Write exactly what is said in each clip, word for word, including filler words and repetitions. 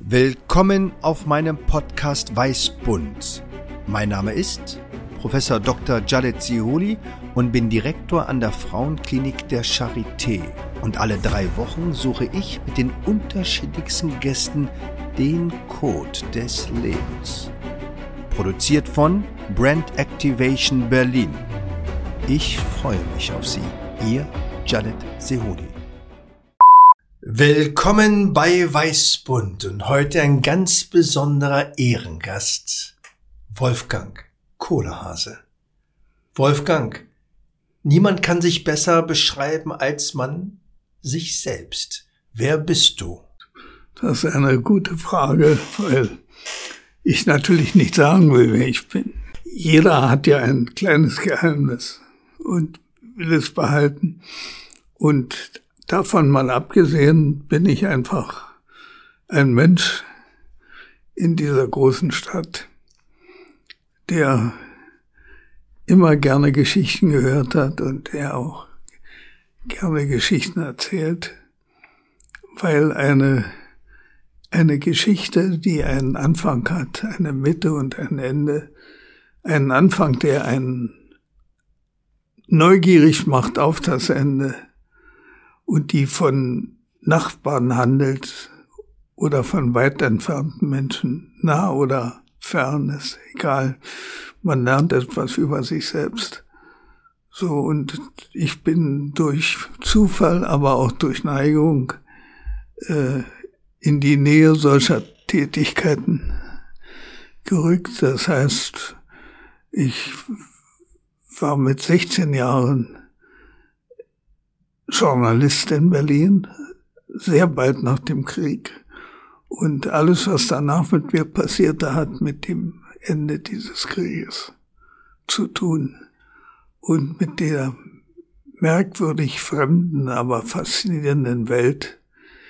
Willkommen auf meinem Podcast Weißbund. Mein Name ist Professor Doktor Khaled Zehuli und bin Direktor an der Frauenklinik der Charité. Und alle drei Wochen suche ich mit den unterschiedlichsten Gästen den Code des Lebens. Produziert von Brand Activation Berlin. Ich freue mich auf Sie. Ihr Khaled Zehuli. Willkommen bei Weißbund und heute ein ganz besonderer Ehrengast, Wolfgang Kohlehase. Wolfgang, niemand kann sich besser beschreiben als man sich selbst. Wer bist du? Das ist eine gute Frage, weil ich natürlich nicht sagen will, wer ich bin. Jeder hat ja ein kleines Geheimnis und will es behalten. Und davon mal abgesehen bin ich einfach ein Mensch in dieser großen Stadt, der immer gerne Geschichten gehört hat und der auch gerne Geschichten erzählt, weil eine, eine Geschichte, die einen Anfang hat, eine Mitte und ein Ende, einen Anfang, der einen neugierig macht auf das Ende, und die von Nachbarn handelt oder von weit entfernten Menschen, nah oder fern, ist egal. Man lernt etwas über sich selbst. So, und ich bin durch Zufall, aber auch durch Neigung äh, in die Nähe solcher Tätigkeiten gerückt. Das heißt, ich war mit sechzehn Jahren Journalist in Berlin, sehr bald nach dem Krieg. Und alles, was danach mit mir passierte, hat mit dem Ende dieses Krieges zu tun. Und mit der merkwürdig fremden, aber faszinierenden Welt,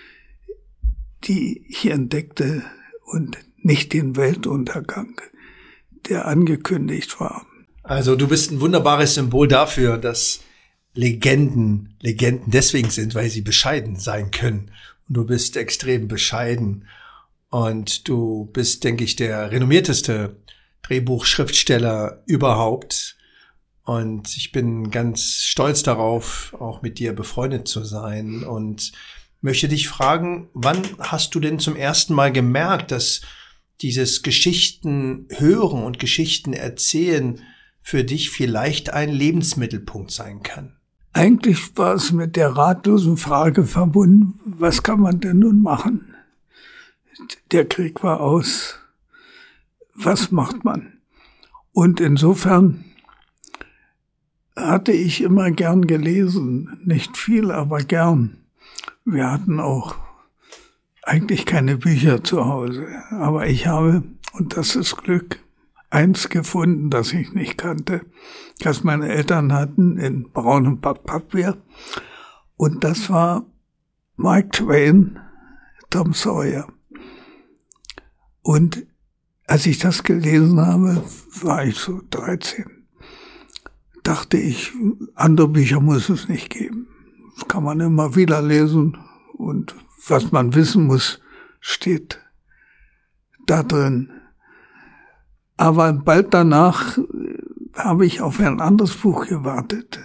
die ich entdeckte, und nicht den Weltuntergang, der angekündigt war. Also du bist ein wunderbares Symbol dafür, dass Legenden, Legenden deswegen sind, weil sie bescheiden sein können. Und du bist extrem bescheiden. Und du bist, denke ich, der renommierteste Drehbuchschriftsteller überhaupt. Und ich bin ganz stolz darauf, auch mit dir befreundet zu sein. Und möchte dich fragen, wann hast du denn zum ersten Mal gemerkt, dass dieses Geschichten hören und Geschichten erzählen für dich vielleicht ein Lebensmittelpunkt sein kann? Eigentlich war es mit der ratlosen Frage verbunden, was kann man denn nun machen? Der Krieg war aus. Was macht man? Und insofern hatte ich immer gern gelesen. Nicht viel, aber gern. Wir hatten auch eigentlich keine Bücher zu Hause. Aber ich habe, und das ist Glück, eins gefunden, das ich nicht kannte, das meine Eltern hatten in braunem Papier. Und das war Mark Twain, Tom Sawyer. Und als ich das gelesen habe, war ich so dreizehn. Dachte ich, andere Bücher muss es nicht geben. Das kann man immer wieder lesen. Und was man wissen muss, steht da drin. Aber bald danach habe ich auf ein anderes Buch gewartet.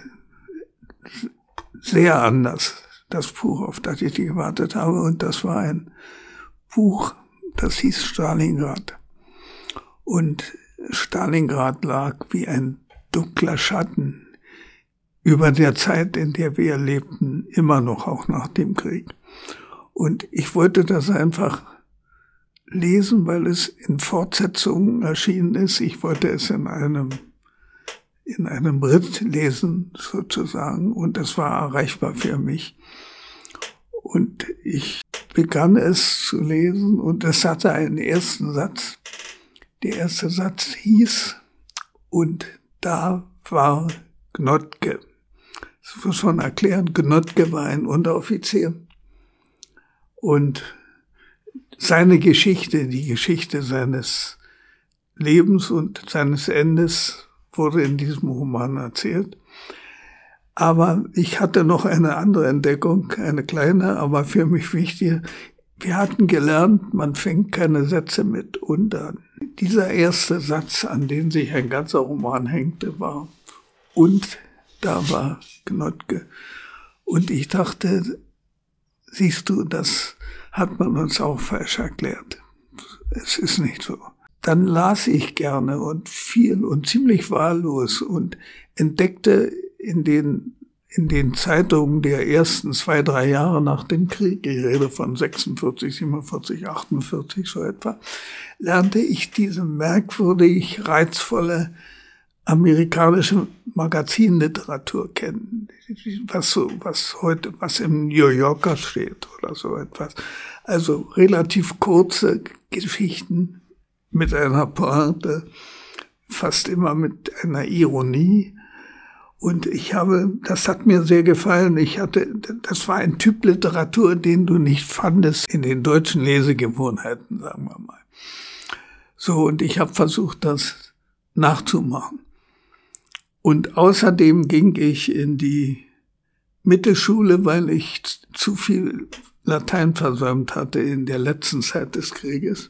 Sehr anders, das Buch, auf das ich gewartet habe. Und das war ein Buch, das hieß Stalingrad. Und Stalingrad lag wie ein dunkler Schatten über der Zeit, in der wir lebten, immer noch, auch nach dem Krieg. Und ich wollte das einfach lesen, weil es in Fortsetzungen erschienen ist. Ich wollte es in einem in einem Ritt lesen, sozusagen, und es war erreichbar für mich. Und ich begann es zu lesen und es hatte einen ersten Satz. Der erste Satz hieß, und da war Gnotke. Das muss man erklären, Gnotke war ein Unteroffizier. Und seine Geschichte, die Geschichte seines Lebens und seines Endes wurde in diesem Roman erzählt. Aber ich hatte noch eine andere Entdeckung, eine kleine, aber für mich wichtige. wir hatten gelernt, man fängt keine Sätze mit und an. Dieser erste Satz, an den sich ein ganzer Roman hängte, war und da war Gnotke. Und ich dachte, siehst du, das hat man uns auch falsch erklärt. Es ist nicht so. Dann las ich gerne und viel und ziemlich wahllos und entdeckte in den, in den Zeitungen der ersten zwei, drei Jahre nach dem Krieg, ich rede von sechsundvierzig, siebenundvierzig, achtundvierzig, so etwa, lernte ich diese merkwürdig reizvolle amerikanische Magazinliteratur kennen, was so, was heute, was im New Yorker steht oder so etwas. Also relativ kurze Geschichten mit einer Pointe, fast immer mit einer Ironie. Und ich habe, das hat mir sehr gefallen. Ich hatte, das war ein Typ Literatur, den du nicht fandest in den deutschen Lesegewohnheiten, sagen wir mal. So, und ich habe versucht, das nachzumachen. Und außerdem ging ich in die Mittelschule, weil ich zu viel Latein versäumt hatte in der letzten Zeit des Krieges.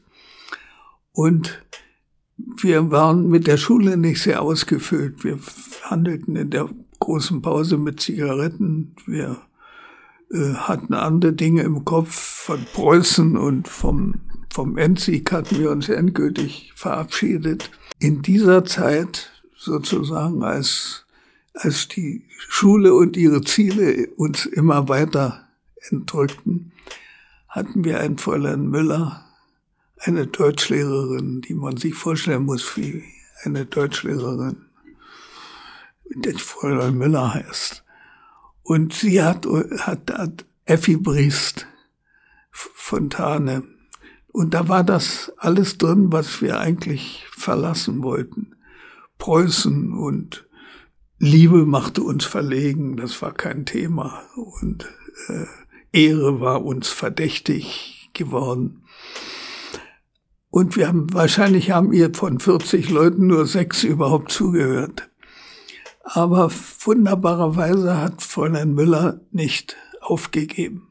Und wir waren mit der Schule nicht sehr ausgefüllt. Wir handelten in der großen Pause mit Zigaretten. Wir äh, hatten andere Dinge im Kopf. Von Preußen und vom, vom Endsieg hatten wir uns endgültig verabschiedet. In dieser Zeit sozusagen, als, als die Schule und ihre Ziele uns immer weiter entrückten, hatten wir ein Fräulein Müller, eine Deutschlehrerin, die man sich vorstellen muss, wie eine Deutschlehrerin, die Fräulein Müller heißt. Und sie hat, hat, hat Effi Briest, Fontane. Und da war das alles drin, was wir eigentlich verlassen wollten. Preußen und Liebe machte uns verlegen, das war kein Thema. Und äh, Ehre war uns verdächtig geworden. Und wir haben, wahrscheinlich haben ihr von vierzig Leuten nur sechs überhaupt zugehört. Aber wunderbarerweise hat Fräulein Müller nicht aufgegeben,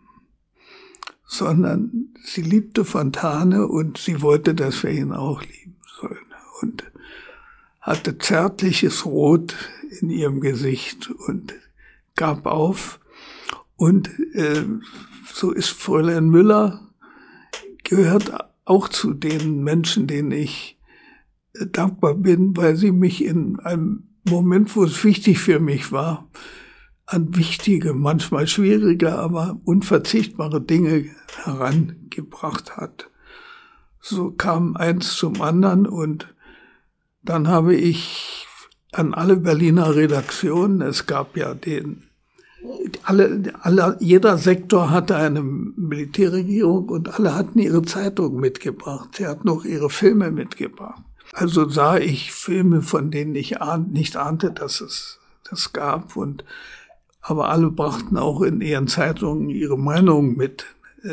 sondern sie liebte Fontane und sie wollte, dass wir ihn auch lieben sollen. Und hatte zärtliches Rot in ihrem Gesicht und gab auf. Und äh, so ist Fräulein Müller, gehört auch zu den Menschen, denen ich äh, dankbar bin, weil sie mich in einem Moment, wo es wichtig für mich war, an wichtige, manchmal schwierige, aber unverzichtbare Dinge herangebracht hat. So kam eins zum anderen und dann habe ich an alle Berliner Redaktionen, es gab ja den, alle, alle, jeder Sektor hatte eine Militärregierung und alle hatten ihre Zeitung mitgebracht. Sie hatten auch ihre Filme mitgebracht. Also sah ich Filme, von denen ich ahn, nicht ahnte, dass es das gab. Und, aber alle brachten auch in ihren Zeitungen ihre Meinung mit.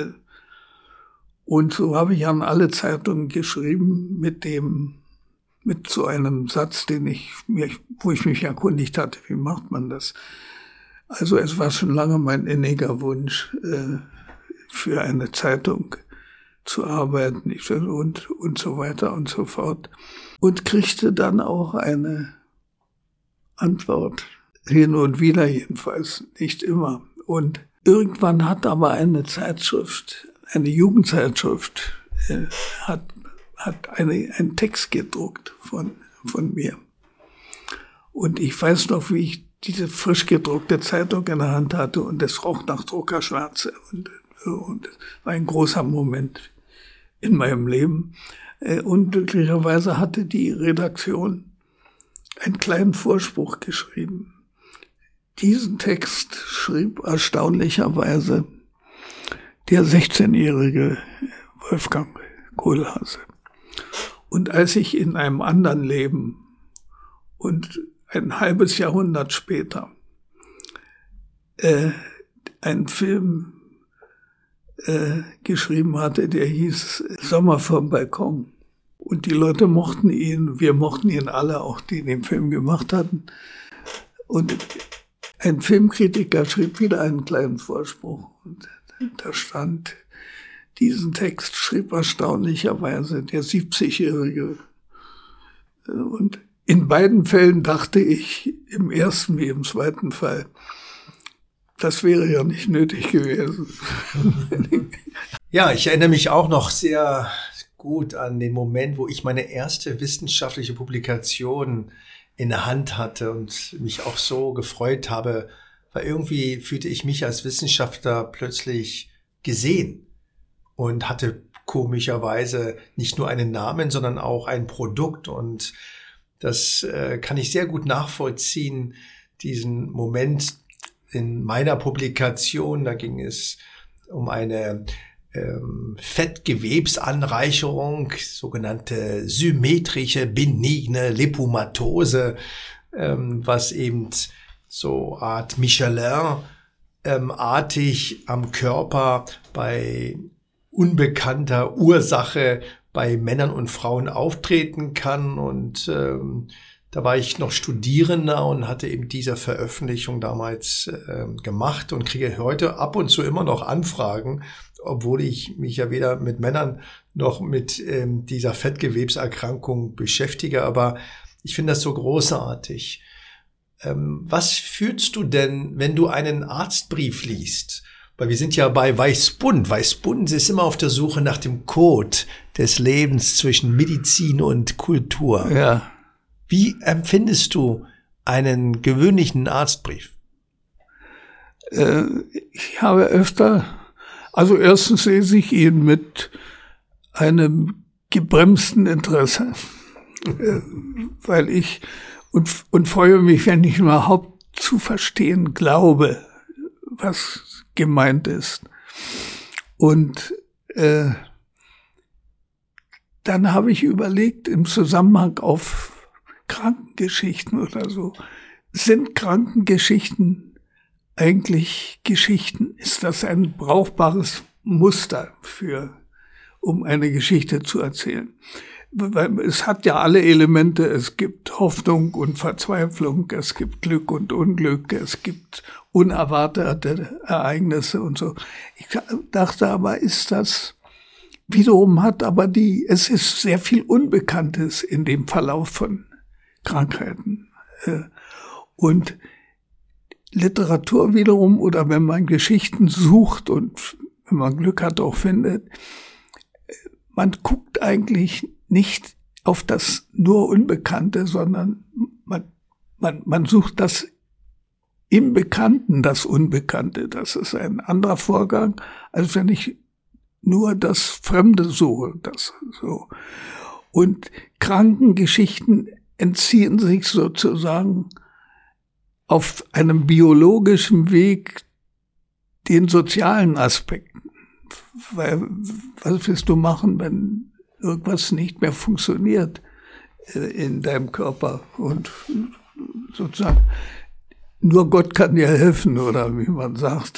Und so habe ich an alle Zeitungen geschrieben mit dem, mit so einem Satz, den ich mir, wo ich mich erkundigt hatte, wie macht man das? Also es war schon lange mein inniger Wunsch, äh, für eine Zeitung zu arbeiten und, und so weiter und so fort. Und kriegte dann auch eine Antwort, hin und wieder jedenfalls, nicht immer. Und irgendwann hat aber eine Zeitschrift, eine Jugendzeitschrift, äh, hat hat eine, einen Text gedruckt von, von mir. Und ich weiß noch, wie ich diese frisch gedruckte Zeitung in der Hand hatte und es roch nach Druckerschwärze. Und, und es war ein großer Moment in meinem Leben. Und glücklicherweise hatte die Redaktion einen kleinen Vorspruch geschrieben. Diesen Text schrieb erstaunlicherweise der sechzehnjährige Wolfgang Kohlhase. Und als ich in einem anderen Leben und ein halbes Jahrhundert später äh, einen Film äh, geschrieben hatte, der hieß Sommer vom Balkon. Und die Leute mochten ihn, wir mochten ihn alle, auch die den Film gemacht hatten. Und ein Filmkritiker schrieb wieder einen kleinen Vorspruch. Und da stand, Diesen Text schrieb erstaunlicherweise der siebzigjährige. Und in beiden Fällen dachte ich, im ersten wie im zweiten Fall, das wäre ja nicht nötig gewesen. Ja, ich erinnere mich auch noch sehr gut an den Moment, wo ich meine erste wissenschaftliche Publikation in der Hand hatte und mich auch so gefreut habe, weil irgendwie fühlte ich mich als Wissenschaftler plötzlich gesehen und hatte komischerweise nicht nur einen Namen, sondern auch ein Produkt. Und das äh, kann ich sehr gut nachvollziehen, diesen Moment in meiner Publikation. Da ging es um eine ähm, Fettgewebsanreicherung, sogenannte symmetrische benigne Lipomatose, ähm, was eben so Art Michelin-artig am Körper bei unbekannter Ursache bei Männern und Frauen auftreten kann. Und ähm, da war ich noch Studierender und hatte eben diese Veröffentlichung damals äh, gemacht und kriege heute ab und zu immer noch Anfragen, obwohl ich mich ja weder mit Männern noch mit ähm, dieser Fettgewebserkrankung beschäftige. Aber ich finde das so großartig. Ähm, was fühlst du denn, wenn du einen Arztbrief liest? Weil wir sind ja bei Weißbund. Weißbund ist immer auf der Suche nach dem Code des Lebens zwischen Medizin und Kultur. Ja. Wie empfindest du einen gewöhnlichen Arztbrief? Äh, ich habe öfter, also erstens lese ich ihn mit einem gebremsten Interesse, äh, weil ich und, und freue mich, wenn ich überhaupt zu verstehen glaube, was gemeint ist. Und äh, dann habe ich überlegt, im Zusammenhang auf Krankengeschichten oder so, sind Krankengeschichten eigentlich Geschichten? Ist das ein brauchbares Muster für, um eine Geschichte zu erzählen? Weil es hat ja alle Elemente, es gibt Hoffnung und Verzweiflung, es gibt Glück und Unglück, es gibt unerwartete Ereignisse und so. Ich dachte aber, ist das, wiederum hat aber die, es ist sehr viel Unbekanntes in dem Verlauf von Krankheiten. Und Literatur wiederum, oder wenn man Geschichten sucht und wenn man Glück hat, auch findet, man guckt eigentlich nicht auf das nur Unbekannte, sondern man, man, man sucht das im Bekannten, das Unbekannte. Das ist ein anderer Vorgang, als wenn ich nur das Fremde suche. Das so. Und Krankengeschichten entziehen sich sozusagen auf einem biologischen Weg den sozialen Aspekten. Weil, was willst du machen, wenn irgendwas nicht mehr funktioniert in deinem Körper? Und sozusagen, nur Gott kann dir helfen, oder wie man sagt.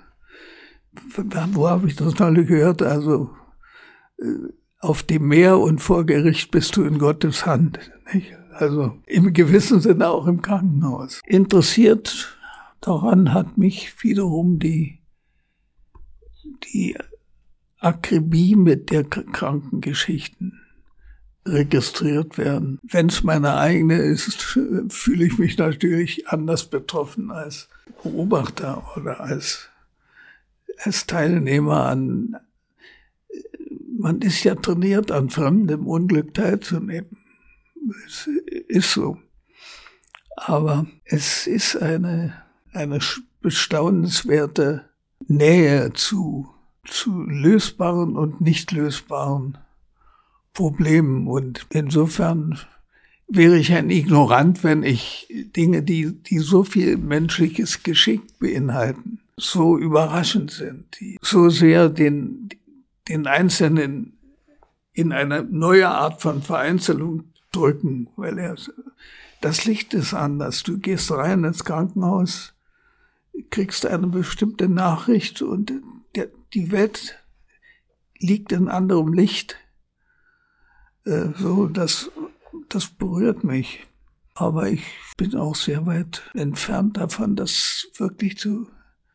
Wo habe ich das neulich gehört? Also, auf dem Meer und vor Gericht bist du in Gottes Hand, nicht? Also im gewissen Sinne auch im Krankenhaus. Interessiert daran hat mich wiederum die, die Akribie, mit der Krankengeschichten registriert werden. Wenn es meine eigene ist, fühle ich mich natürlich anders betroffen als Beobachter oder als, als Teilnehmer an. Man ist ja trainiert, an fremdem Unglück teilzunehmen. Es ist so. Aber es ist eine, eine bestaunenswerte Nähe zu, zu lösbaren und nicht lösbaren Problemen. Und insofern wäre ich ein Ignorant, wenn ich Dinge, die, die so viel menschliches Geschick beinhalten, so überraschend sind, die so sehr den, den Einzelnen in eine neue Art von Vereinzelung drücken, weil er, das Licht ist anders. Du gehst rein ins Krankenhaus, kriegst eine bestimmte Nachricht und der, die Welt liegt in anderem Licht. Äh, so, das, das berührt mich. Aber ich bin auch sehr weit entfernt davon, das wirklich zu,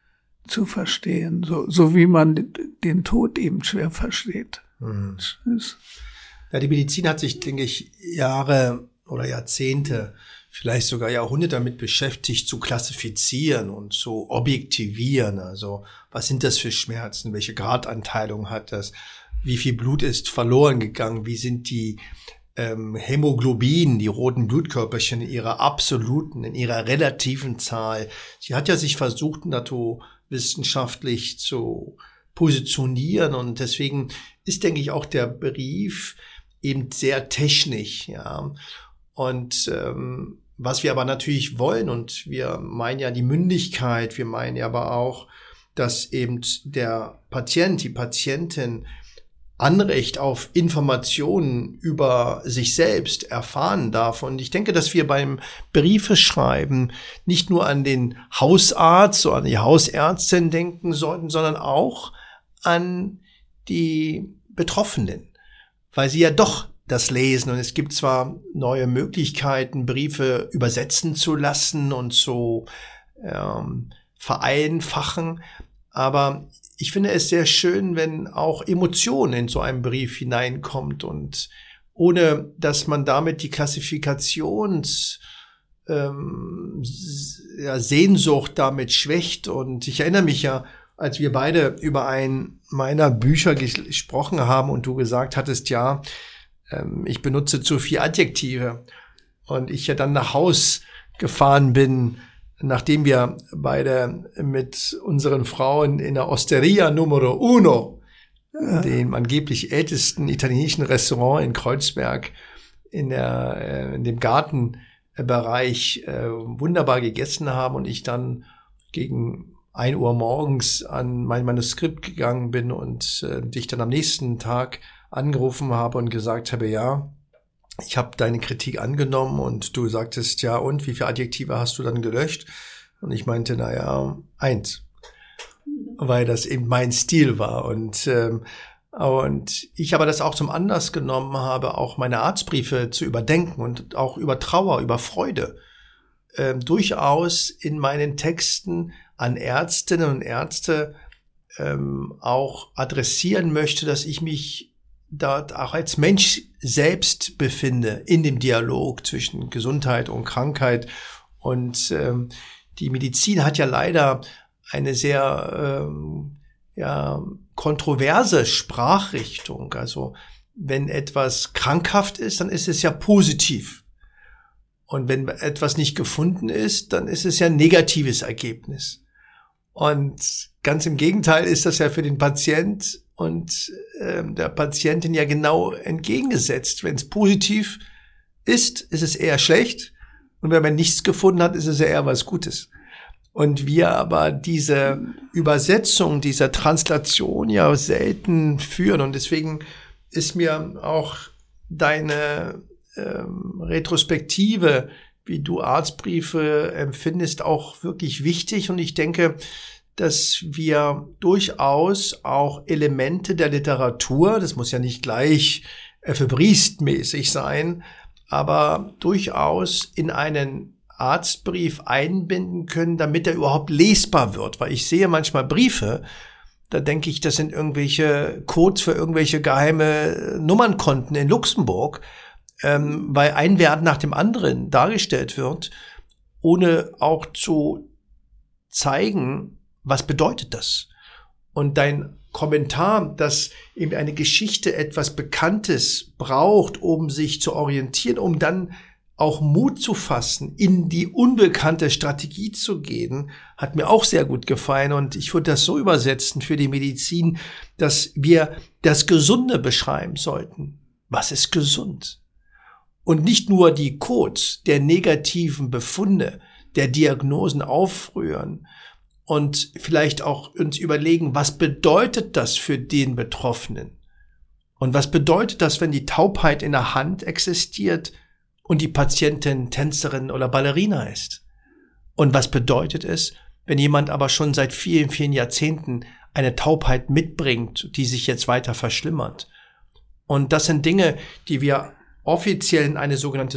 zu verstehen, so, so wie man den Tod eben schwer versteht. Mhm. Ja, die Medizin hat sich, denke ich, Jahre oder Jahrzehnte, vielleicht sogar Jahrhunderte damit beschäftigt, zu klassifizieren und zu objektivieren. Also, was sind das für Schmerzen? Welche Gradanteilung hat das? Wie viel Blut ist verloren gegangen? Wie sind die ähm, Hämoglobin, die roten Blutkörperchen in ihrer absoluten, in ihrer relativen Zahl? Sie hat ja sich versucht, naturwissenschaftlich zu positionieren, und deswegen ist, denke ich, auch der Brief eben sehr technisch, ja. Und ähm, was wir aber natürlich wollen, und wir meinen ja die Mündigkeit, wir meinen ja aber auch, dass eben der Patient, die Patientin Anrecht auf Informationen über sich selbst erfahren darf. Und ich denke, dass wir beim Briefeschreiben nicht nur an den Hausarzt oder an die Hausärztin denken sollten, sondern auch an die Betroffenen, weil sie ja doch das lesen, und es gibt zwar neue Möglichkeiten, Briefe übersetzen zu lassen und zu ähm, vereinfachen, aber ich finde es sehr schön, wenn auch Emotionen in so einen Brief hineinkommt, und ohne dass man damit die Klassifikations ähm, ja, Sehnsucht damit schwächt. Und ich erinnere mich ja, als wir beide über ein meiner Bücher gesprochen haben und du gesagt hattest, ja, ähm, ich benutze zu viel Adjektive, und ich ja dann nach Haus gefahren bin, nachdem wir beide mit unseren Frauen in der Osteria Numero Uno, ja, dem angeblich ältesten italienischen Restaurant in Kreuzberg, in der in dem Gartenbereich äh, wunderbar gegessen haben, und ich dann gegen ein Uhr morgens an mein Manuskript gegangen bin und äh, dich dann am nächsten Tag angerufen habe und gesagt habe, ja, ich habe deine Kritik angenommen, und du sagtest, ja, und wie viele Adjektive hast du dann gelöscht? Und ich meinte, na ja, eins, weil das eben mein Stil war. Und ähm, und ich aber das auch zum Anlass genommen habe, auch meine Arztbriefe zu überdenken und auch über Trauer, über Freude ähm, durchaus in meinen Texten an Ärztinnen und Ärzte ähm, auch adressieren möchte, dass ich mich dort auch als Mensch selbst befinde in dem Dialog zwischen Gesundheit und Krankheit. Und ähm, die Medizin hat ja leider eine sehr ähm, ja, kontroverse Sprachrichtung. Also wenn etwas krankhaft ist, dann ist es ja positiv. Und wenn etwas nicht gefunden ist, dann ist es ja ein negatives Ergebnis. Und ganz im Gegenteil ist das ja für den Patient und äh, der Patientin ja genau entgegengesetzt. Wenn es positiv ist, ist es eher schlecht. Und wenn man nichts gefunden hat, ist es ja eher was Gutes. Und wir aber diese Übersetzung, dieser Translation ja selten führen. Und deswegen ist mir auch deine ähm, Retrospektive, wie du Arztbriefe empfindest, auch wirklich wichtig. Und ich denke, dass wir durchaus auch Elemente der Literatur, das muss ja nicht gleich Effe Briest-mäßig sein, aber durchaus in einen Arztbrief einbinden können, damit er überhaupt lesbar wird. Weil ich sehe manchmal Briefe, da denke ich, das sind irgendwelche Codes für irgendwelche geheime Nummernkonten in Luxemburg, ähm, weil ein Wert nach dem anderen dargestellt wird, ohne auch zu zeigen, was bedeutet das? Und dein Kommentar, dass eben eine Geschichte etwas Bekanntes braucht, um sich zu orientieren, um dann auch Mut zu fassen, in die unbekannte Strategie zu gehen, hat mir auch sehr gut gefallen. Und ich würde das so übersetzen für die Medizin, dass wir das Gesunde beschreiben sollten. Was ist gesund? Und nicht nur die Codes der negativen Befunde, der Diagnosen aufrühren, und vielleicht auch uns überlegen, was bedeutet das für den Betroffenen? Und was bedeutet das, wenn die Taubheit in der Hand existiert und die Patientin Tänzerin oder Ballerina ist? Und was bedeutet es, wenn jemand aber schon seit vielen, vielen Jahrzehnten eine Taubheit mitbringt, die sich jetzt weiter verschlimmert? Und das sind Dinge, die wir offiziell in eine sogenannte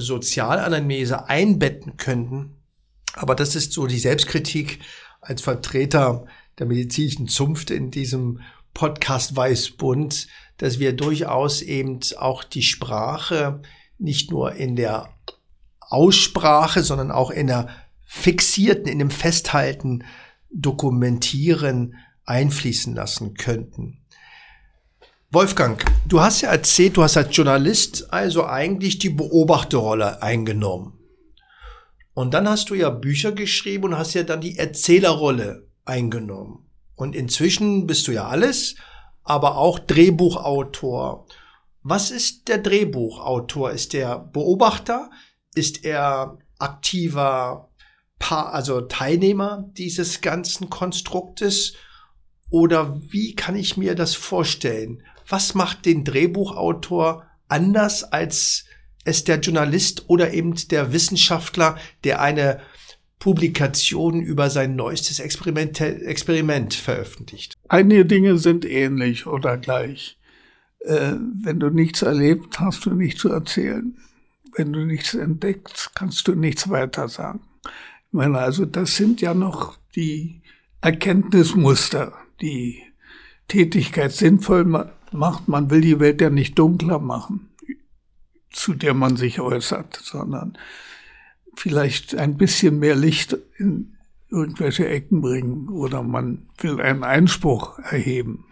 Sozialanamnese einbetten könnten. Aber das ist so die Selbstkritik als Vertreter der medizinischen Zunft in diesem Podcast Weißbund, dass wir durchaus eben auch die Sprache nicht nur in der Aussprache, sondern auch in der fixierten, in dem Festhalten, Dokumentieren einfließen lassen könnten. Wolfgang, du hast ja erzählt, du hast als Journalist also eigentlich die Beobachterrolle eingenommen. Und dann hast du ja Bücher geschrieben und hast ja dann die Erzählerrolle eingenommen. Und inzwischen bist du ja alles, aber auch Drehbuchautor. Was ist der Drehbuchautor? Ist der Beobachter? Ist er aktiver Pa- also Teilnehmer dieses ganzen Konstruktes? Oder wie kann ich mir das vorstellen? Was macht den Drehbuchautor anders als es der Journalist oder eben der Wissenschaftler, der eine Publikation über sein neuestes Experiment, Experiment veröffentlicht? Einige Dinge sind ähnlich oder gleich. Äh, wenn du nichts erlebt, hast du nichts zu erzählen. Wenn du nichts entdeckst, kannst du nichts weiter sagen. Ich meine, also das sind ja noch die Erkenntnismuster, die Tätigkeit sinnvoll macht. Man will die Welt ja nicht dunkler machen, zu der man sich äußert, sondern vielleicht ein bisschen mehr Licht in irgendwelche Ecken bringen oder man will einen Einspruch erheben.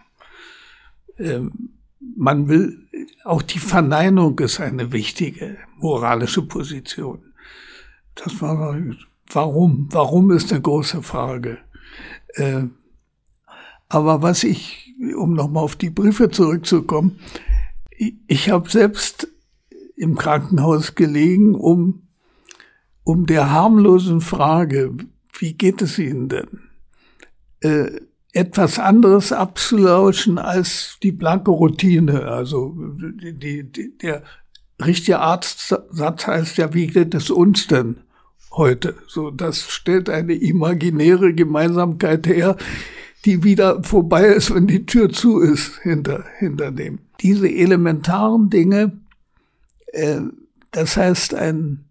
Ähm, man will, auch die Verneinung ist eine wichtige moralische Position. Das war, warum? Warum ist eine große Frage. Äh, aber was ich, um nochmal auf die Briefe zurückzukommen, ich, ich habe selbst im Krankenhaus gelegen, um, um der harmlosen Frage, wie geht es Ihnen denn, äh, etwas anderes abzulauschen als die blanke Routine. Also die, die, die, der richtige Arztsatz heißt ja, wie geht es uns denn heute? So, das stellt eine imaginäre Gemeinsamkeit her, die wieder vorbei ist, wenn die Tür zu ist hinter, hinter dem. Diese elementaren Dinge, äh, das heißt ein,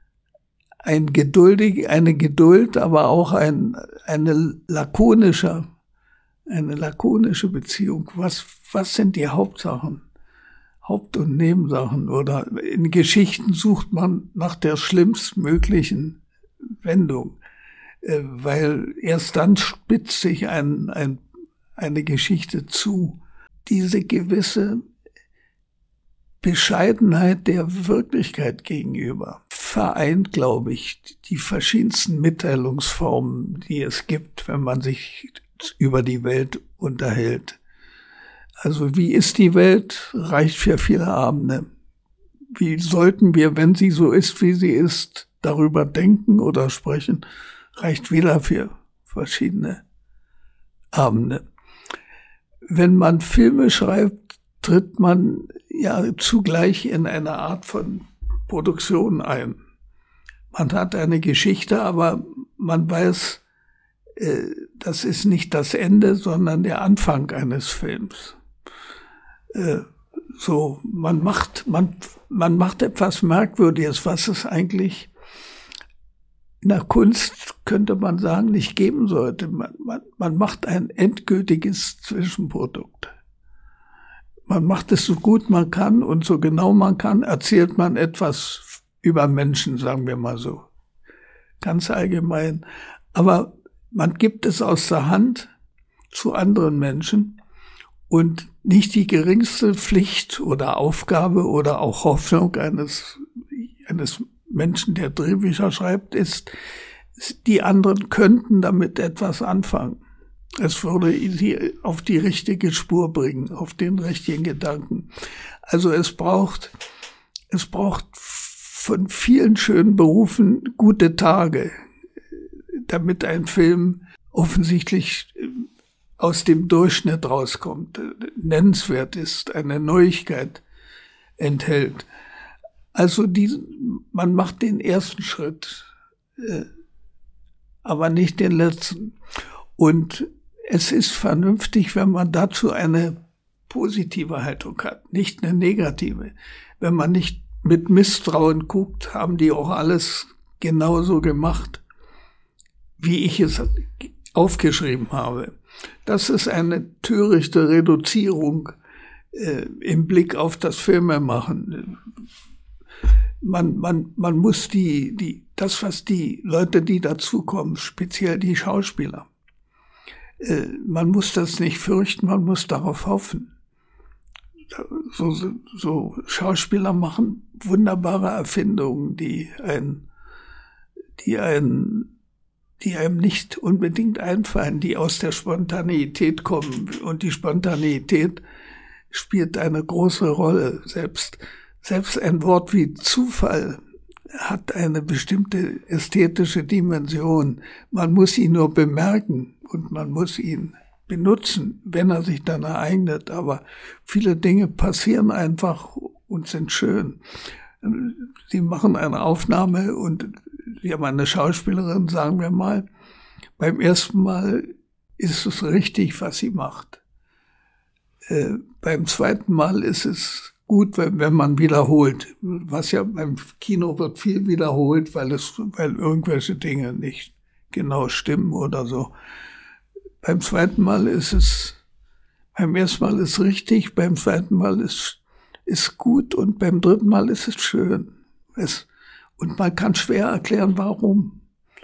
ein geduldig, eine Geduld, aber auch ein, eine lakonische, eine lakonische Beziehung. Was, was sind die Hauptsachen? Haupt- und Nebensachen, oder in Geschichten sucht man nach der schlimmstmöglichen Wendung, äh, weil erst dann spitzt sich ein, ein, eine Geschichte zu. Diese gewisse Bescheidenheit der Wirklichkeit gegenüber vereint, glaube ich, die verschiedensten Mitteilungsformen, die es gibt, wenn man sich über die Welt unterhält. Also wie ist die Welt, reicht für viele Abende. Wie sollten wir, wenn sie so ist, wie sie ist, darüber denken oder sprechen, reicht wieder für verschiedene Abende. Wenn man Filme schreibt, tritt man ja zugleich in eine Art von Produktion ein. Man hat eine Geschichte, aber man weiß, äh, das ist nicht das Ende, sondern der Anfang eines Films. Äh, so, man macht, man, man macht etwas Merkwürdiges, was es eigentlich in der Kunst, könnte man sagen, nicht geben sollte. Man, man, man macht ein endgültiges Zwischenprodukt. Man macht es so gut man kann und so genau man kann, erzählt man etwas über Menschen, sagen wir mal so. Ganz allgemein. Aber man gibt es aus der Hand zu anderen Menschen und nicht die geringste Pflicht oder Aufgabe oder auch Hoffnung eines, eines Menschen, der Drehbücher schreibt, ist, die anderen könnten damit etwas anfangen. Es würde sie auf die richtige Spur bringen, auf den richtigen Gedanken. Also es braucht, es braucht von vielen schönen Berufen gute Tage, damit ein Film offensichtlich aus dem Durchschnitt rauskommt, nennenswert ist, eine Neuigkeit enthält. Also diesen, man macht den ersten Schritt, äh, aber nicht den letzten. Und es ist vernünftig, wenn man dazu eine positive Haltung hat, nicht eine negative. Wenn man nicht mit Misstrauen guckt, haben die auch alles genauso gemacht, wie ich es aufgeschrieben habe. Das ist eine törichte Reduzierung äh, im Blick auf das Filmemachen. Man, man, man muss die, die, das, was die Leute, die dazukommen, speziell die Schauspieler, äh, man muss das nicht fürchten, man muss darauf hoffen. So, so, so Schauspieler machen wunderbare Erfindungen, die ein, die ein, die einem nicht unbedingt einfallen, die aus der Spontaneität kommen. Und die Spontaneität spielt eine große Rolle. Selbst, selbst ein Wort wie Zufall hat eine bestimmte ästhetische Dimension. Man muss ihn nur bemerken und man muss ihn benutzen, wenn er sich dann ereignet. Aber viele Dinge passieren einfach und sind schön. Sie machen eine Aufnahme und Sie haben eine Schauspielerin, sagen wir mal, beim ersten Mal ist es richtig, was sie macht. Äh, beim zweiten Mal ist es gut, wenn, wenn man wiederholt. Was ja beim Kino wird viel wiederholt, weil es, weil irgendwelche Dinge nicht genau stimmen oder so. Beim zweiten Mal ist es, beim ersten Mal ist es richtig, beim zweiten Mal ist ist gut und beim dritten Mal ist es schön. Es, und man kann schwer erklären, warum.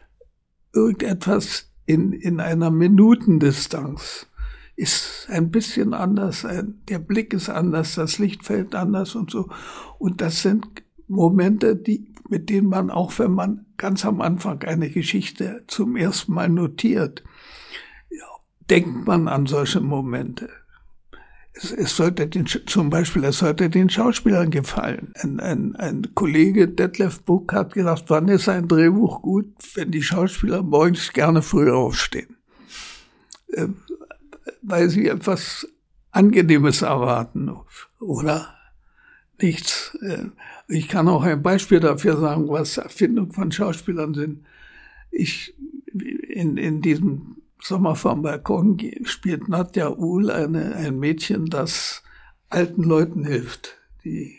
Irgendetwas in, in einer Minutendistanz ist ein bisschen anders, ein, der Blick ist anders, das Licht fällt anders und so. Und das sind Momente, die, mit denen man, auch wenn man ganz am Anfang eine Geschichte zum ersten Mal notiert, ja, denkt man an solche Momente. Es, es sollte den, zum Beispiel, es sollte den Schauspielern gefallen. Ein, ein, ein Kollege, Detlef Buck, hat gesagt, wann ist ein Drehbuch gut, wenn die Schauspieler morgens gerne früher aufstehen. Äh, weil sie etwas Angenehmes erwarten, oder nichts. Äh, ich kann auch ein Beispiel dafür sagen, was Erfindung von Schauspielern sind. Ich, in, in diesem Sommer vom Balkon spielt Nadja Uhl eine, ein Mädchen, das alten Leuten hilft, die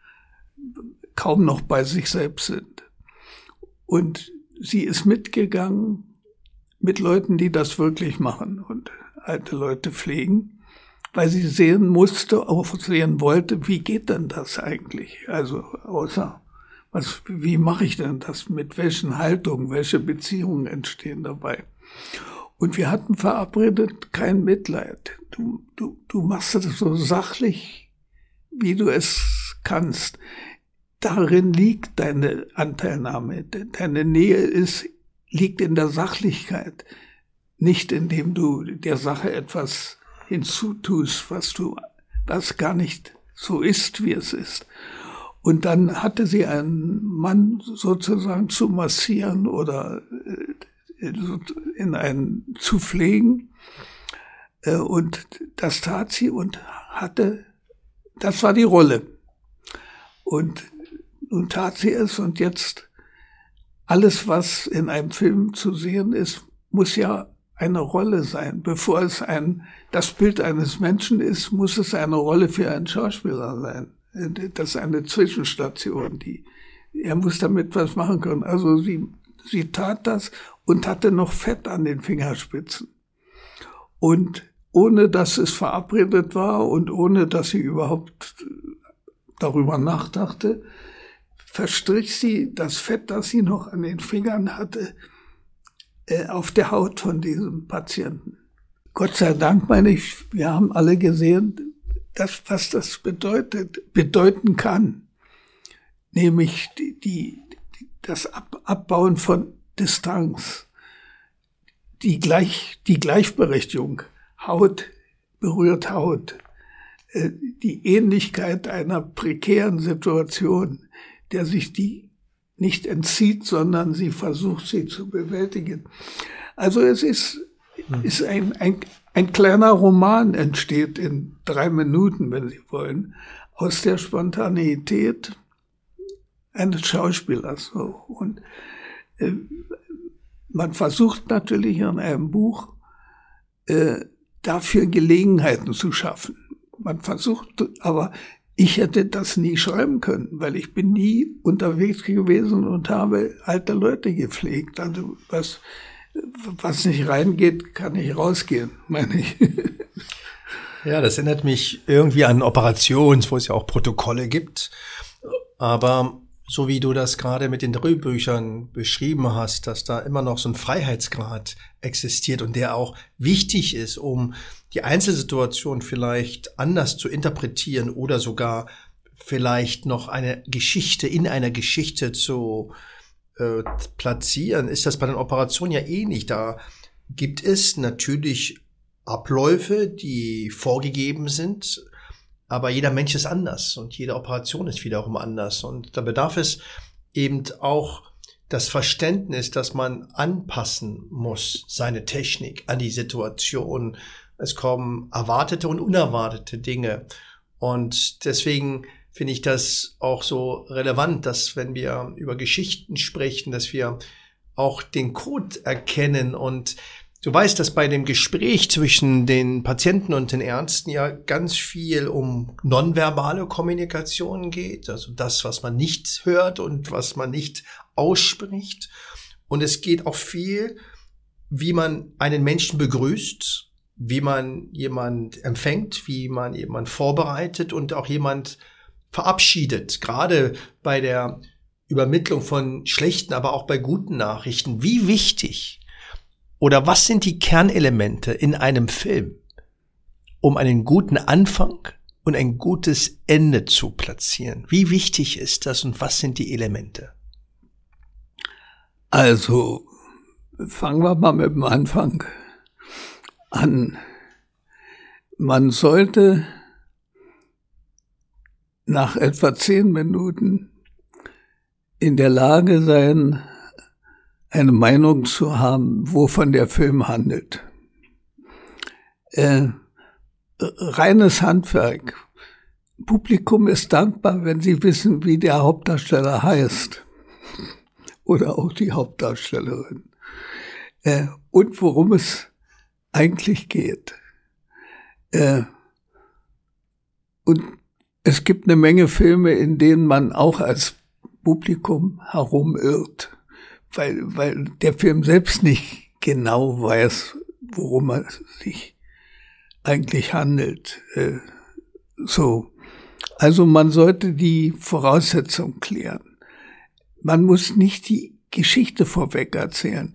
kaum noch bei sich selbst sind. Und sie ist mitgegangen mit Leuten, die das wirklich machen und alte Leute pflegen, weil sie sehen musste, auch sehen wollte, wie geht denn das eigentlich? Also außer, was, wie mache ich denn das? Mit welchen Haltungen, welche Beziehungen entstehen dabei? Und wir hatten verabredet, kein Mitleid. Du, du, du machst das so sachlich, wie du es kannst. Darin liegt deine Anteilnahme. Deine Nähe ist, liegt in der Sachlichkeit. Nicht indem du der Sache etwas hinzutust, was du, was gar nicht so ist, wie es ist. Und dann hatte sie einen Mann sozusagen zu massieren oder in einen zu pflegen, und das tat sie und hatte, das war die Rolle. Und nun tat sie es, und jetzt alles, was in einem Film zu sehen ist, muss ja eine Rolle sein. Bevor es ein, das Bild eines Menschen ist, muss es eine Rolle für einen Schauspieler sein. Das ist eine Zwischenstation, die, er muss damit was machen können. Also sie, sie tat das und hatte noch Fett an den Fingerspitzen. Und ohne, dass es verabredet war und ohne, dass sie überhaupt darüber nachdachte, verstrich sie das Fett, das sie noch an den Fingern hatte, äh, auf der Haut von diesem Patienten. Gott sei Dank, meine ich, wir haben alle gesehen, dass, was das bedeutet, bedeuten kann. Nämlich die, die, das Ab, Abbauen von Distanz, die, Gleich, die Gleichberechtigung, Haut berührt Haut, äh, die Ähnlichkeit einer prekären Situation, der sich die nicht entzieht, sondern sie versucht, sie zu bewältigen. Also es ist, hm. ist ein, ein, ein kleiner Roman entsteht in drei Minuten, wenn Sie wollen, aus der Spontaneität eines Schauspielers. So. Und äh, man versucht natürlich in einem Buch äh, dafür Gelegenheiten zu schaffen. Man versucht, aber ich hätte das nie schreiben können, weil ich bin nie unterwegs gewesen und habe alte Leute gepflegt. Also was was nicht reingeht, kann nicht rausgehen, meine ich. Ja, das erinnert mich irgendwie an Operationen, wo es ja auch Protokolle gibt. Aber so wie du das gerade mit den Drehbüchern beschrieben hast, dass da immer noch so ein Freiheitsgrad existiert und der auch wichtig ist, um die Einzelsituation vielleicht anders zu interpretieren oder sogar vielleicht noch eine Geschichte in einer Geschichte zu äh, platzieren, ist das bei den Operationen ja ähnlich. Da gibt es natürlich Abläufe, die vorgegeben sind, aber jeder Mensch ist anders und jede Operation ist wiederum anders. Und da bedarf es eben auch das Verständnis, dass man anpassen muss, seine Technik an die Situation. Es kommen erwartete und unerwartete Dinge. Und deswegen finde ich das auch so relevant, dass wenn wir über Geschichten sprechen, dass wir auch den Code erkennen. Und du weißt, dass bei dem Gespräch zwischen den Patienten und den Ärzten ja ganz viel um nonverbale Kommunikation geht, also das, was man nicht hört und was man nicht ausspricht. Und es geht auch viel, wie man einen Menschen begrüßt, wie man jemand empfängt, wie man jemand vorbereitet und auch jemand verabschiedet. Gerade bei der Übermittlung von schlechten, aber auch bei guten Nachrichten. Wie wichtig oder was sind die Kernelemente in einem Film, um einen guten Anfang und ein gutes Ende zu platzieren? Wie wichtig ist das und was sind die Elemente? Also, fangen wir mal mit dem Anfang an. Man sollte nach etwa zehn Minuten in der Lage sein, eine Meinung zu haben, wovon der Film handelt. Äh, reines Handwerk. Publikum ist dankbar, wenn sie wissen, wie der Hauptdarsteller heißt. Oder auch die Hauptdarstellerin. Äh, und worum es eigentlich geht. Äh, und es gibt eine Menge Filme, in denen man auch als Publikum herumirrt, weil, weil der Film selbst nicht genau weiß, worum es sich eigentlich handelt. Äh, so. Also man sollte die Voraussetzung klären. Man muss nicht die Geschichte vorweg erzählen.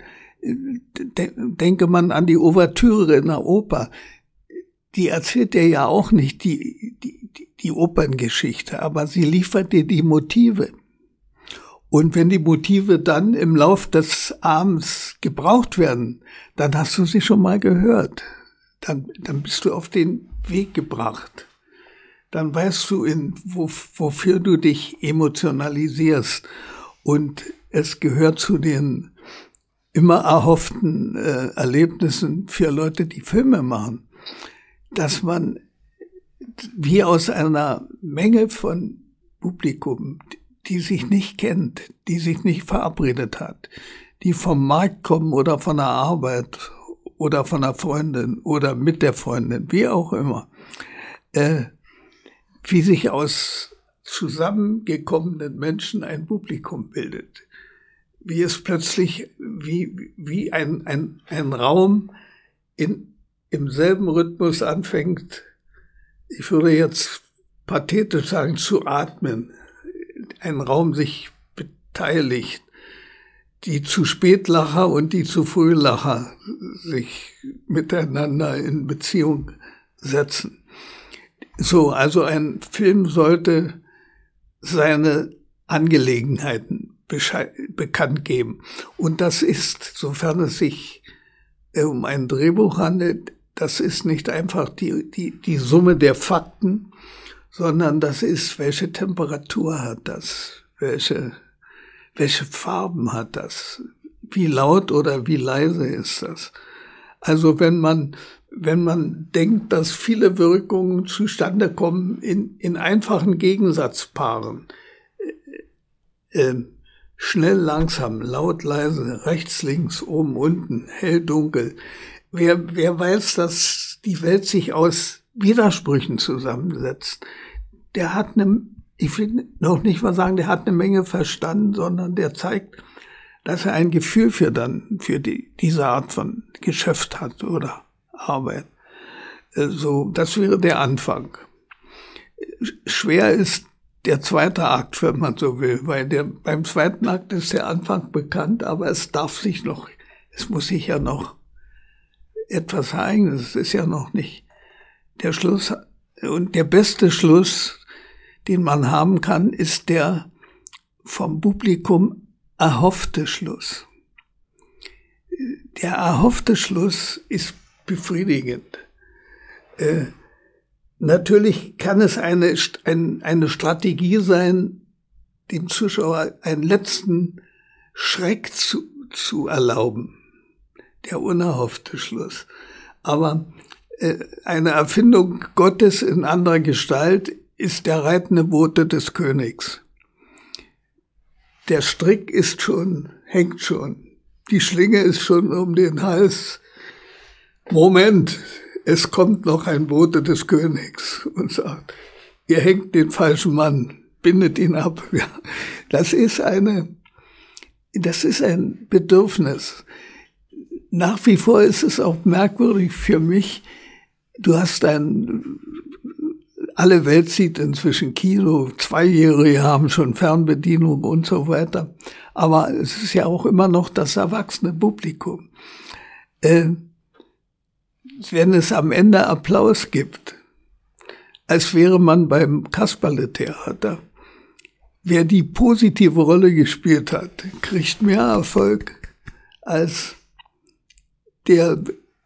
Denke man an die Ouvertüre in der Oper. Die erzählt dir ja auch nicht die, die, die, die Operngeschichte, aber sie liefert dir die Motive. Und wenn die Motive dann im Lauf des Abends gebraucht werden, dann hast du sie schon mal gehört. Dann, dann bist du auf den Weg gebracht. Dann weißt du, in, wo, wofür du dich emotionalisierst. Und es gehört zu den immer erhofften äh, Erlebnissen für Leute, die Filme machen, dass man wie aus einer Menge von Publikum, die sich nicht kennt, die sich nicht verabredet hat, die vom Markt kommen oder von der Arbeit oder von der Freundin oder mit der Freundin, wie auch immer, äh, wie sich aus zusammengekommenen Menschen ein Publikum bildet. Wie es plötzlich, wie, wie ein, ein, ein Raum in, im selben Rhythmus anfängt, ich würde jetzt pathetisch sagen, zu atmen. Ein Raum sich beteiligt. Die zu Spätlacher und die zu Frühlacher sich miteinander in Beziehung setzen. So, also ein Film sollte seine Angelegenheiten bekannt geben. Und das ist, sofern es sich um ein Drehbuch handelt, das ist nicht einfach die, die, die Summe der Fakten, sondern das ist, welche Temperatur hat das, welche, welche Farben hat das, wie laut oder wie leise ist das. Also wenn man, wenn man denkt, dass viele Wirkungen zustande kommen in, in einfachen Gegensatzpaaren, äh, äh, schnell, langsam, laut, leise, rechts, links, oben, unten, hell, dunkel. Wer, wer weiß, dass die Welt sich aus Widersprüchen zusammensetzt, der hat eine, ich will noch nicht mal sagen, der hat eine Menge Verstand, sondern der zeigt dass er ein Gefühl für dann, für die, diese Art von Geschäft hat oder Arbeit. So, das wäre der Anfang. Schwer ist der zweite Akt, wenn man so will, weil der, beim zweiten Akt ist der Anfang bekannt, aber es darf sich noch, es muss sich ja noch etwas ereignen. Es ist ja noch nicht der Schluss. Und der beste Schluss, den man haben kann, ist der vom Publikum erhoffte Schluss. Der erhoffte Schluss ist befriedigend. Äh, natürlich kann es eine, ein, eine Strategie sein, dem Zuschauer einen letzten Schreck zu, zu erlauben. Der unerhoffte Schluss. Aber äh, eine Erfindung Gottes in anderer Gestalt ist der reitende Bote des Königs. Der Strick ist schon, hängt schon. Die Schlinge ist schon um den Hals. Moment, es kommt noch ein Bote des Königs und sagt, ihr hängt den falschen Mann, bindet ihn ab. Ja, das ist eine, das ist ein Bedürfnis. Nach wie vor ist es auch merkwürdig für mich. Du hast ein, alle Welt sieht inzwischen Kino, Zweijährige haben schon Fernbedienung und so weiter. Aber es ist ja auch immer noch das erwachsene Publikum. Äh, wenn es am Ende Applaus gibt, als wäre man beim Kasperle-Theater, wer die positive Rolle gespielt hat, kriegt mehr Erfolg als der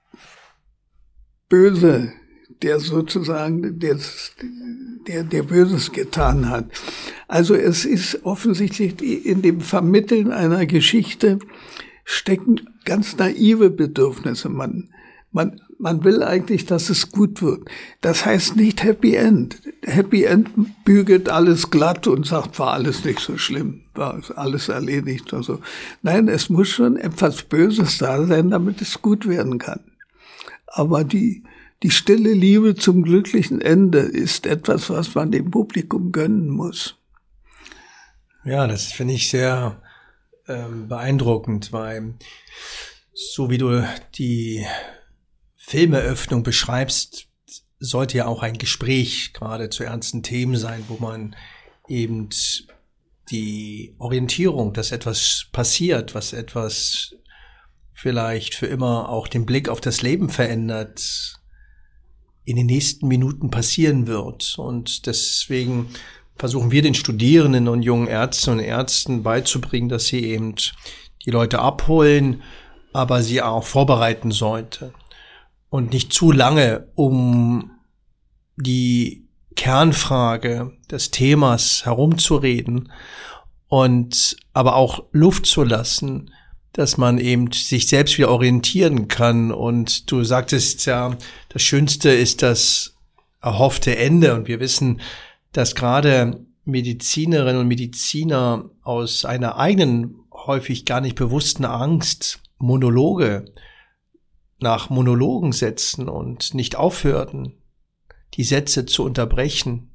Böse, der sozusagen, der, der, der Böses getan hat. Also es ist offensichtlich in dem Vermitteln einer Geschichte stecken ganz naive Bedürfnisse. Man, man, man will eigentlich, dass es gut wird. Das heißt nicht Happy End. Happy End bügelt alles glatt und sagt, war alles nicht so schlimm, war alles erledigt oder so. Nein, es muss schon etwas Böses da sein, damit es gut werden kann. Aber die, die stille Liebe zum glücklichen Ende ist etwas, was man dem Publikum gönnen muss. Ja, das finde ich sehr ähm, beeindruckend, weil so wie du die Filmeröffnung beschreibst, sollte ja auch ein Gespräch gerade zu ernsten Themen sein, wo man eben die Orientierung, dass etwas passiert, was etwas vielleicht für immer auch den Blick auf das Leben verändert, in den nächsten Minuten passieren wird. Und deswegen versuchen wir den Studierenden und jungen Ärzten und Ärzten beizubringen, dass sie eben die Leute abholen, aber sie auch vorbereiten sollte. Und nicht zu lange um die Kernfrage des Themas herumzureden und aber auch Luft zu lassen, dass man eben sich selbst wieder orientieren kann. Und du sagtest ja, das Schönste ist das erhoffte Ende. Und wir wissen, dass gerade Medizinerinnen und Mediziner aus einer eigenen, häufig gar nicht bewussten Angst Monologe nach Monologen setzen und nicht aufhörten, die Sätze zu unterbrechen,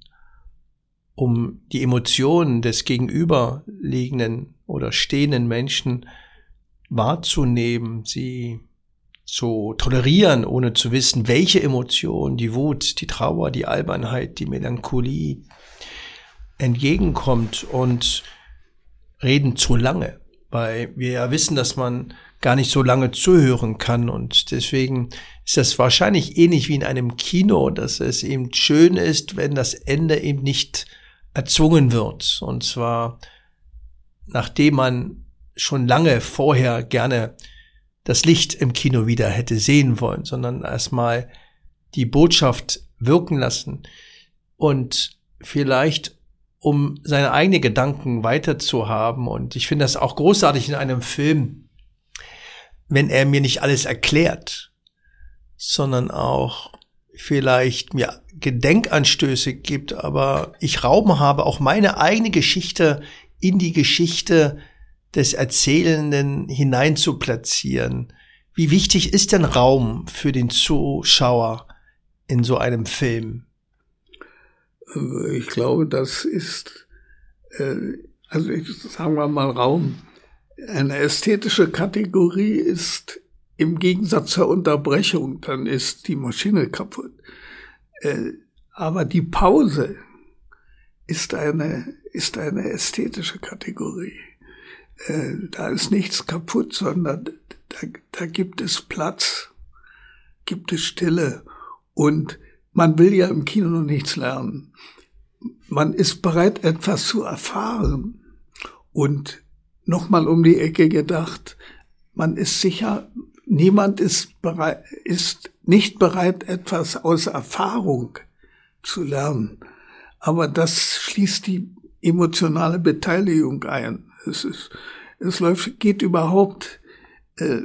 um die Emotionen des gegenüberliegenden oder stehenden Menschen wahrzunehmen, sie zu tolerieren, ohne zu wissen, welche Emotionen, die Wut, die Trauer, die Albernheit, die Melancholie entgegenkommt, und reden zu lange, weil wir ja wissen, dass man gar nicht so lange zuhören kann, und deswegen ist das wahrscheinlich ähnlich wie in einem Kino, dass es eben schön ist, wenn das Ende eben nicht erzwungen wird, und zwar nachdem man schon lange vorher gerne das Licht im Kino wieder hätte sehen wollen, sondern erstmal die Botschaft wirken lassen und vielleicht um seine eigenen Gedanken weiterzuhaben. Und ich finde das auch großartig in einem Film, wenn er mir nicht alles erklärt, sondern auch vielleicht mir Gedenkanstöße gibt, aber ich Raum habe, auch meine eigene Geschichte in die Geschichte des Erzählenden hinein zu platzieren. Wie wichtig ist denn Raum für den Zuschauer in so einem Film? Ich glaube, das ist, äh, also ich, sagen wir mal Raum. Eine ästhetische Kategorie ist im Gegensatz zur Unterbrechung, dann ist die Maschine kaputt. Äh, aber die Pause ist eine, ist eine ästhetische Kategorie. Äh, da ist nichts kaputt, sondern da, da gibt es Platz, gibt es Stille. Und man will ja im Kino nichts lernen. Man ist bereit, etwas zu erfahren. Und nochmal um die Ecke gedacht, man ist sicher, niemand ist bereit, ist nicht bereit, etwas aus Erfahrung zu lernen. Aber das schließt die emotionale Beteiligung ein. Es ist, es läuft, geht überhaupt, äh,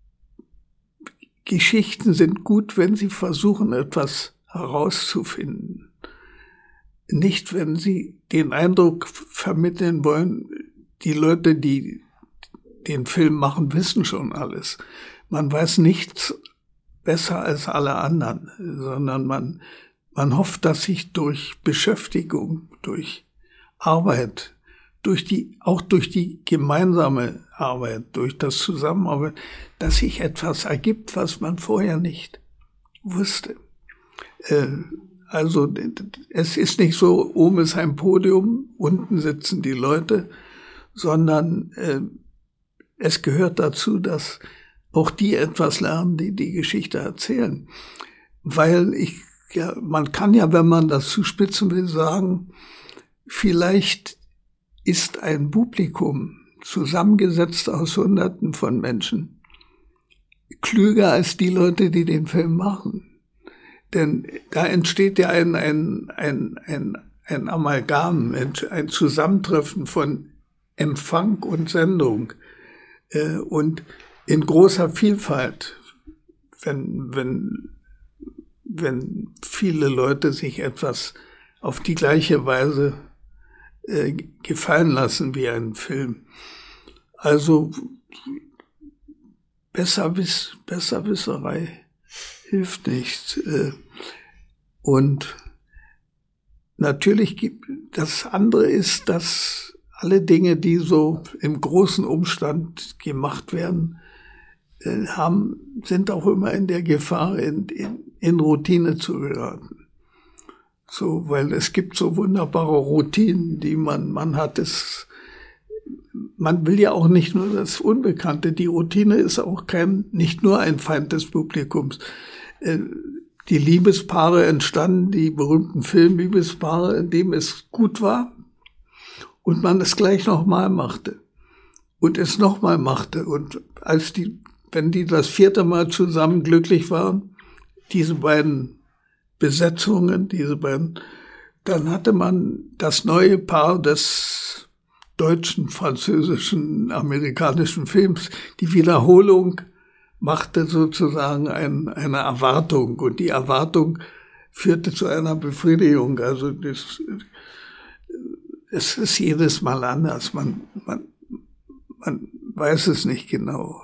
Geschichten sind gut, wenn sie versuchen, etwas herauszufinden. Nicht, wenn sie den Eindruck vermitteln wollen, die Leute, die den Film machen, wissen schon alles. Man weiß nichts besser als alle anderen, sondern man, man hofft, dass sich durch Beschäftigung, durch Arbeit, durch die, auch durch die gemeinsame Arbeit, durch das Zusammenarbeit, dass sich etwas ergibt, was man vorher nicht wusste. Äh, also, es ist nicht so, oben ist ein Podium, unten sitzen die Leute, sondern äh, es gehört dazu, dass auch die etwas lernen, die die Geschichte erzählen. Weil ich, ja, man kann ja, wenn man das zuspitzen will, sagen, vielleicht ist ein Publikum zusammengesetzt aus Hunderten von Menschen klüger als die Leute, die den Film machen. Denn da entsteht ja ein, ein, ein, ein, ein Amalgam, ein Zusammentreffen von Empfang und Sendung. Und in großer Vielfalt, wenn, wenn, wenn viele Leute sich etwas auf die gleiche Weise äh, gefallen lassen wie ein Film. Also Besserwiss, Besserwisserei hilft nicht. Äh, und natürlich gibt das andere ist, dass alle Dinge, die so im großen Umstand gemacht werden, äh, haben, sind auch immer in der Gefahr, in, in, in Routine zu geraten. So, weil es gibt so wunderbare Routinen, die man, man hat es, man will ja auch nicht nur das Unbekannte. Die Routine ist auch kein, nicht nur ein Feind des Publikums. Äh, die Liebespaare entstanden, die berühmten Filmliebespaare, in dem es gut war, und man es gleich nochmal machte und es nochmal machte. Und als die, wenn die das vierte Mal zusammen glücklich waren, diese beiden Besetzungen, diese beiden, dann hatte man das neue Paar des deutschen, französischen, amerikanischen Films. Die Wiederholung machte sozusagen ein, eine Erwartung, und die Erwartung führte zu einer Befriedigung. Also das, es ist jedes Mal anders. Man, man, man weiß es nicht genau.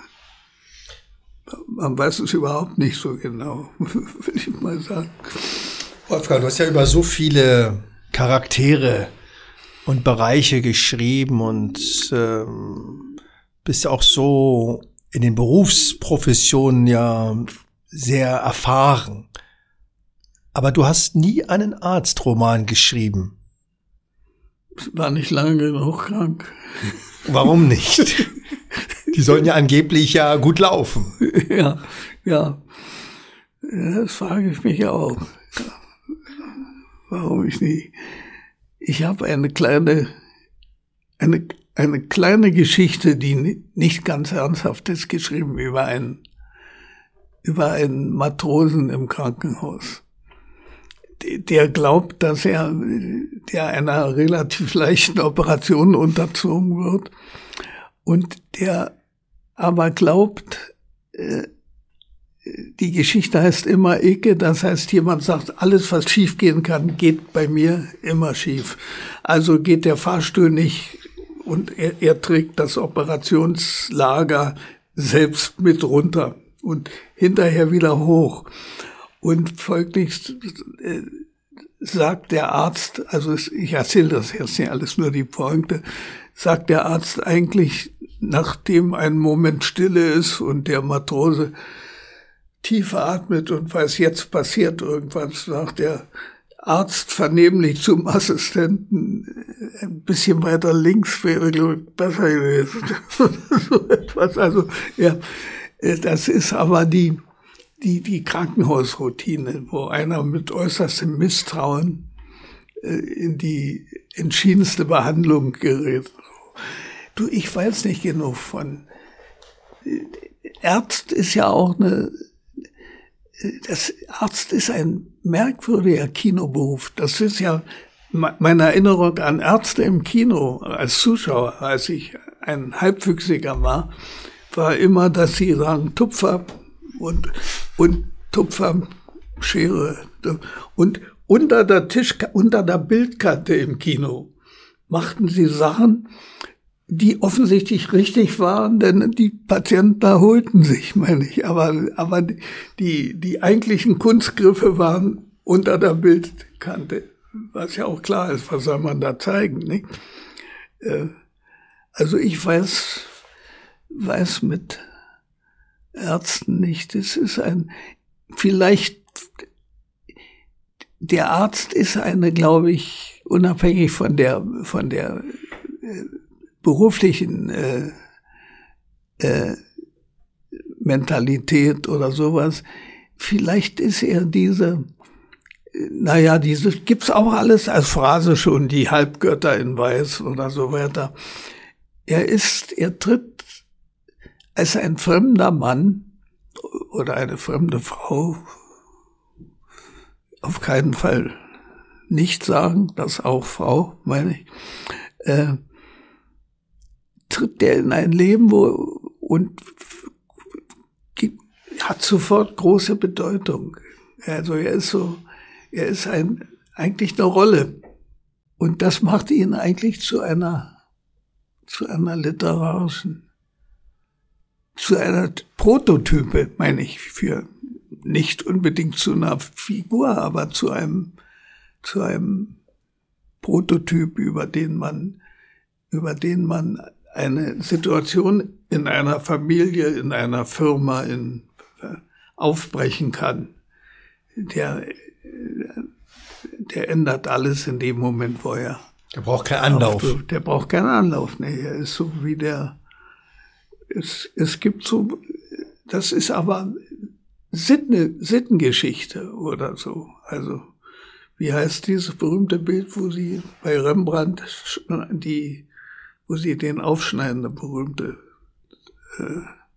Man weiß es überhaupt nicht so genau, will ich mal sagen. Wolfgang, du hast ja über so viele Charaktere und Bereiche geschrieben und ähm, bist auch so in den Berufsprofessionen ja sehr erfahren. Aber du hast nie einen Arztroman geschrieben. War nicht lange genug krank. Warum nicht? Die sollen ja angeblich ja gut laufen. Ja, ja. Das frage ich mich auch. Warum ich nie? Ich habe eine kleine, eine, eine kleine Geschichte, die nicht ganz ernsthaft ist, geschrieben über einen, über einen Matrosen im Krankenhaus. Der glaubt, dass er, der einer relativ leichten Operation unterzogen wird, und der aber glaubt, äh, die Geschichte heißt immer Icke, das heißt, jemand sagt, alles, was schief gehen kann, geht bei mir immer schief. Also geht der Fahrstuhl nicht, und er, er trägt das Operationslager selbst mit runter und hinterher wieder hoch. Und folglich äh, sagt der Arzt, also ich erzähle das jetzt nicht alles, nur die Pointe, sagt der Arzt eigentlich, nachdem ein Moment Stille ist und der Matrose tief atmet und weiß, jetzt passiert irgendwas, sagt der Arzt vernehmlich zum Assistenten, ein bisschen weiter links wäre, glaube ich, besser gewesen. So etwas. Also, ja, das ist aber die, die, die Krankenhausroutine, wo einer mit äußerstem Misstrauen in die entschiedenste Behandlung gerät. Du, ich weiß nicht genug von. Arzt ist ja auch eine, das Arzt ist ein merkwürdiger Kinoberuf. Das ist ja meine Erinnerung an Ärzte im Kino als Zuschauer, als ich ein Halbwüchsiger war, war immer, dass sie sagen, Tupfer und, und Tupfer, Schere. Und unter der Tisch, unter der Bildkante im Kino machten sie Sachen, die offensichtlich richtig waren, denn die Patienten erholten sich, meine ich. Aber, aber die, die eigentlichen Kunstgriffe waren unter der Bildkante. Was ja auch klar ist, was soll man da zeigen, nicht? Also ich weiß, weiß mit Ärzten nicht. Es ist ein, vielleicht, der Arzt ist eine, glaube ich, unabhängig von der, von der, äh, beruflichen äh, äh, Mentalität oder sowas. Vielleicht ist er diese, naja, diese gibt's auch alles als Phrase schon, die Halbgötter in Weiß oder so weiter. Er ist, er tritt als ein fremder Mann oder eine fremde Frau, auf keinen Fall nicht sagen, das auch Frau, meine ich, äh, tritt der in ein Leben, wo und hat sofort große Bedeutung. Also er ist so, er ist ein eigentlich eine Rolle und das macht ihn eigentlich zu einer zu einer literarischen, zu einer Prototype, meine ich, für nicht unbedingt zu einer Figur, aber zu einem zu einem Prototyp, über den man über den man eine Situation in einer Familie, in einer Firma in, äh, aufbrechen kann. Der, der ändert alles in dem Moment, wo er... Der braucht keinen Anlauf. Auf, der braucht keinen Anlauf. Nee, er ist so wie der... Es, es gibt so... Das ist aber Sitten, Sittengeschichte oder so. Also, wie heißt dieses berühmte Bild, wo sie bei Rembrandt die... wo sie den aufschneiden, das berühmte äh,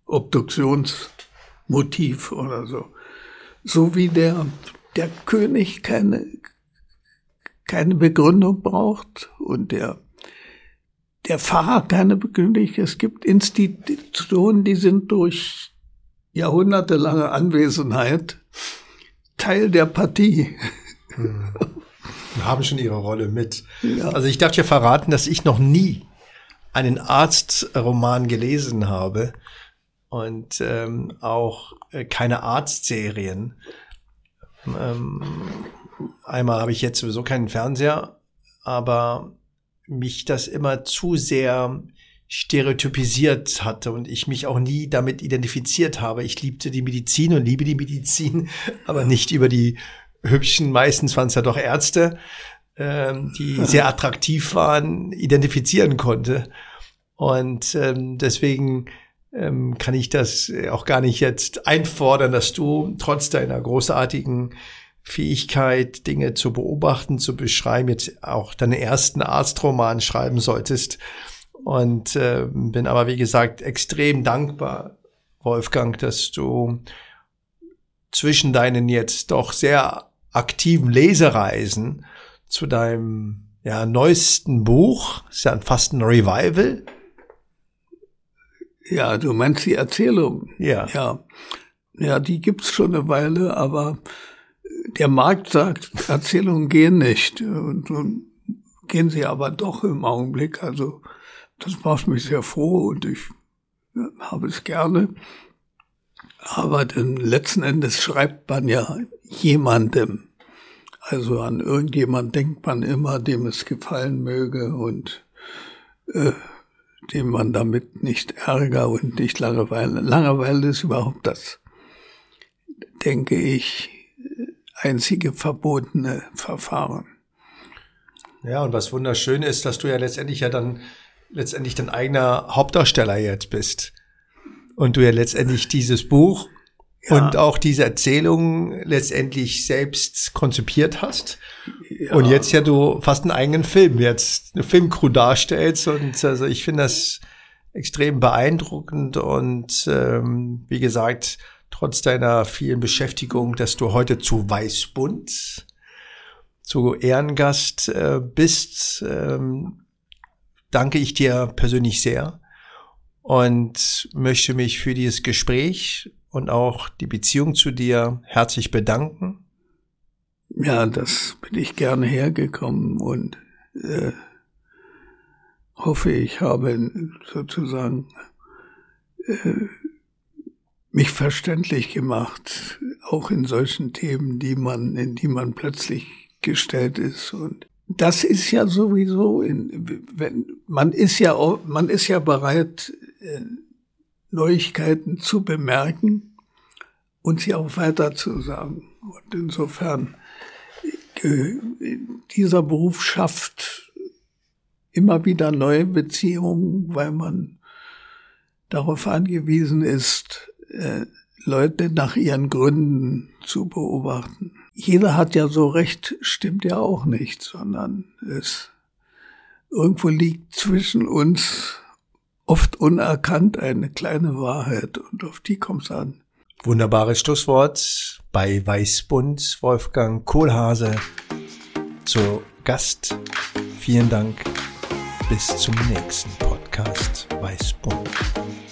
Obduktionsmotiv oder so. So wie der, der König keine, keine Begründung braucht und der, der Pfarrer keine Begründung. Es gibt Institutionen, die sind durch jahrhundertelange Anwesenheit Teil der Partie. Hm. Haben schon ihre Rolle mit. Ja. Also ich darf dir verraten, dass ich noch nie einen Arztroman gelesen habe und ähm, auch äh, keine Arztserien. Ähm, einmal habe ich jetzt sowieso keinen Fernseher, aber mich das immer zu sehr stereotypisiert hatte und ich mich auch nie damit identifiziert habe. Ich liebte die Medizin und liebe die Medizin, aber nicht über die hübschen, meistens waren es ja doch Ärzte, ähm, die sehr attraktiv waren, identifizieren konnte. Und ähm, deswegen ähm, kann ich das auch gar nicht jetzt einfordern, dass du trotz deiner großartigen Fähigkeit, Dinge zu beobachten, zu beschreiben, jetzt auch deinen ersten Arztroman schreiben solltest. Und äh, bin aber, wie gesagt, extrem dankbar, Wolfgang, dass du zwischen deinen jetzt doch sehr aktiven Lesereisen zu deinem ja, neuesten Buch, ist ja fast ein Revival. Ja, du meinst die Erzählung. Ja. Ja, ja, die gibt's schon eine Weile, aber der Markt sagt, Erzählungen gehen nicht. Und nun gehen sie aber doch im Augenblick. Also das macht mich sehr froh und ich habe es gerne. Aber denn letzten Endes schreibt man ja jemandem. Also an irgendjemand denkt man immer, dem es gefallen möge und äh, dem man damit nicht Ärger und nicht Langeweile. Langeweile ist überhaupt das, denke ich, einzige verbotene Verfahren. Ja, und was wunderschön ist, dass du ja letztendlich ja dann letztendlich dein eigener Hauptdarsteller jetzt bist. Und du ja letztendlich dieses Buch ja. und auch diese Erzählung letztendlich selbst konzipiert hast. Ja. Und jetzt ja du fast einen eigenen Film, jetzt eine Filmcrew darstellst. Und also ich finde das extrem beeindruckend. Und ähm, wie gesagt, trotz deiner vielen Beschäftigung, dass du heute zu Weißbund zu Ehrengast äh, bist, ähm, danke ich dir persönlich sehr und möchte mich für dieses Gespräch und auch die Beziehung zu dir herzlich bedanken. Ja, das bin ich gerne hergekommen und äh, hoffe, ich habe sozusagen äh, mich verständlich gemacht, auch in solchen Themen, die man, in die man plötzlich gestellt ist. Und das ist ja sowieso, in, wenn, man ist ja, man ist ja bereit, Neuigkeiten zu bemerken und sie auch weiterzusagen. Und insofern, dieser Beruf schafft immer wieder neue Beziehungen, weil man darauf angewiesen ist, Leute nach ihren Gründen zu beobachten. Jeder hat ja so recht, stimmt ja auch nicht, sondern es irgendwo liegt zwischen uns oft unerkannt eine kleine Wahrheit und auf die kommt es an. Wunderbares Schlusswort bei Weißbund. Wolfgang Kohlhase zu Gast. Vielen Dank. Bis zum nächsten Podcast Weißbund.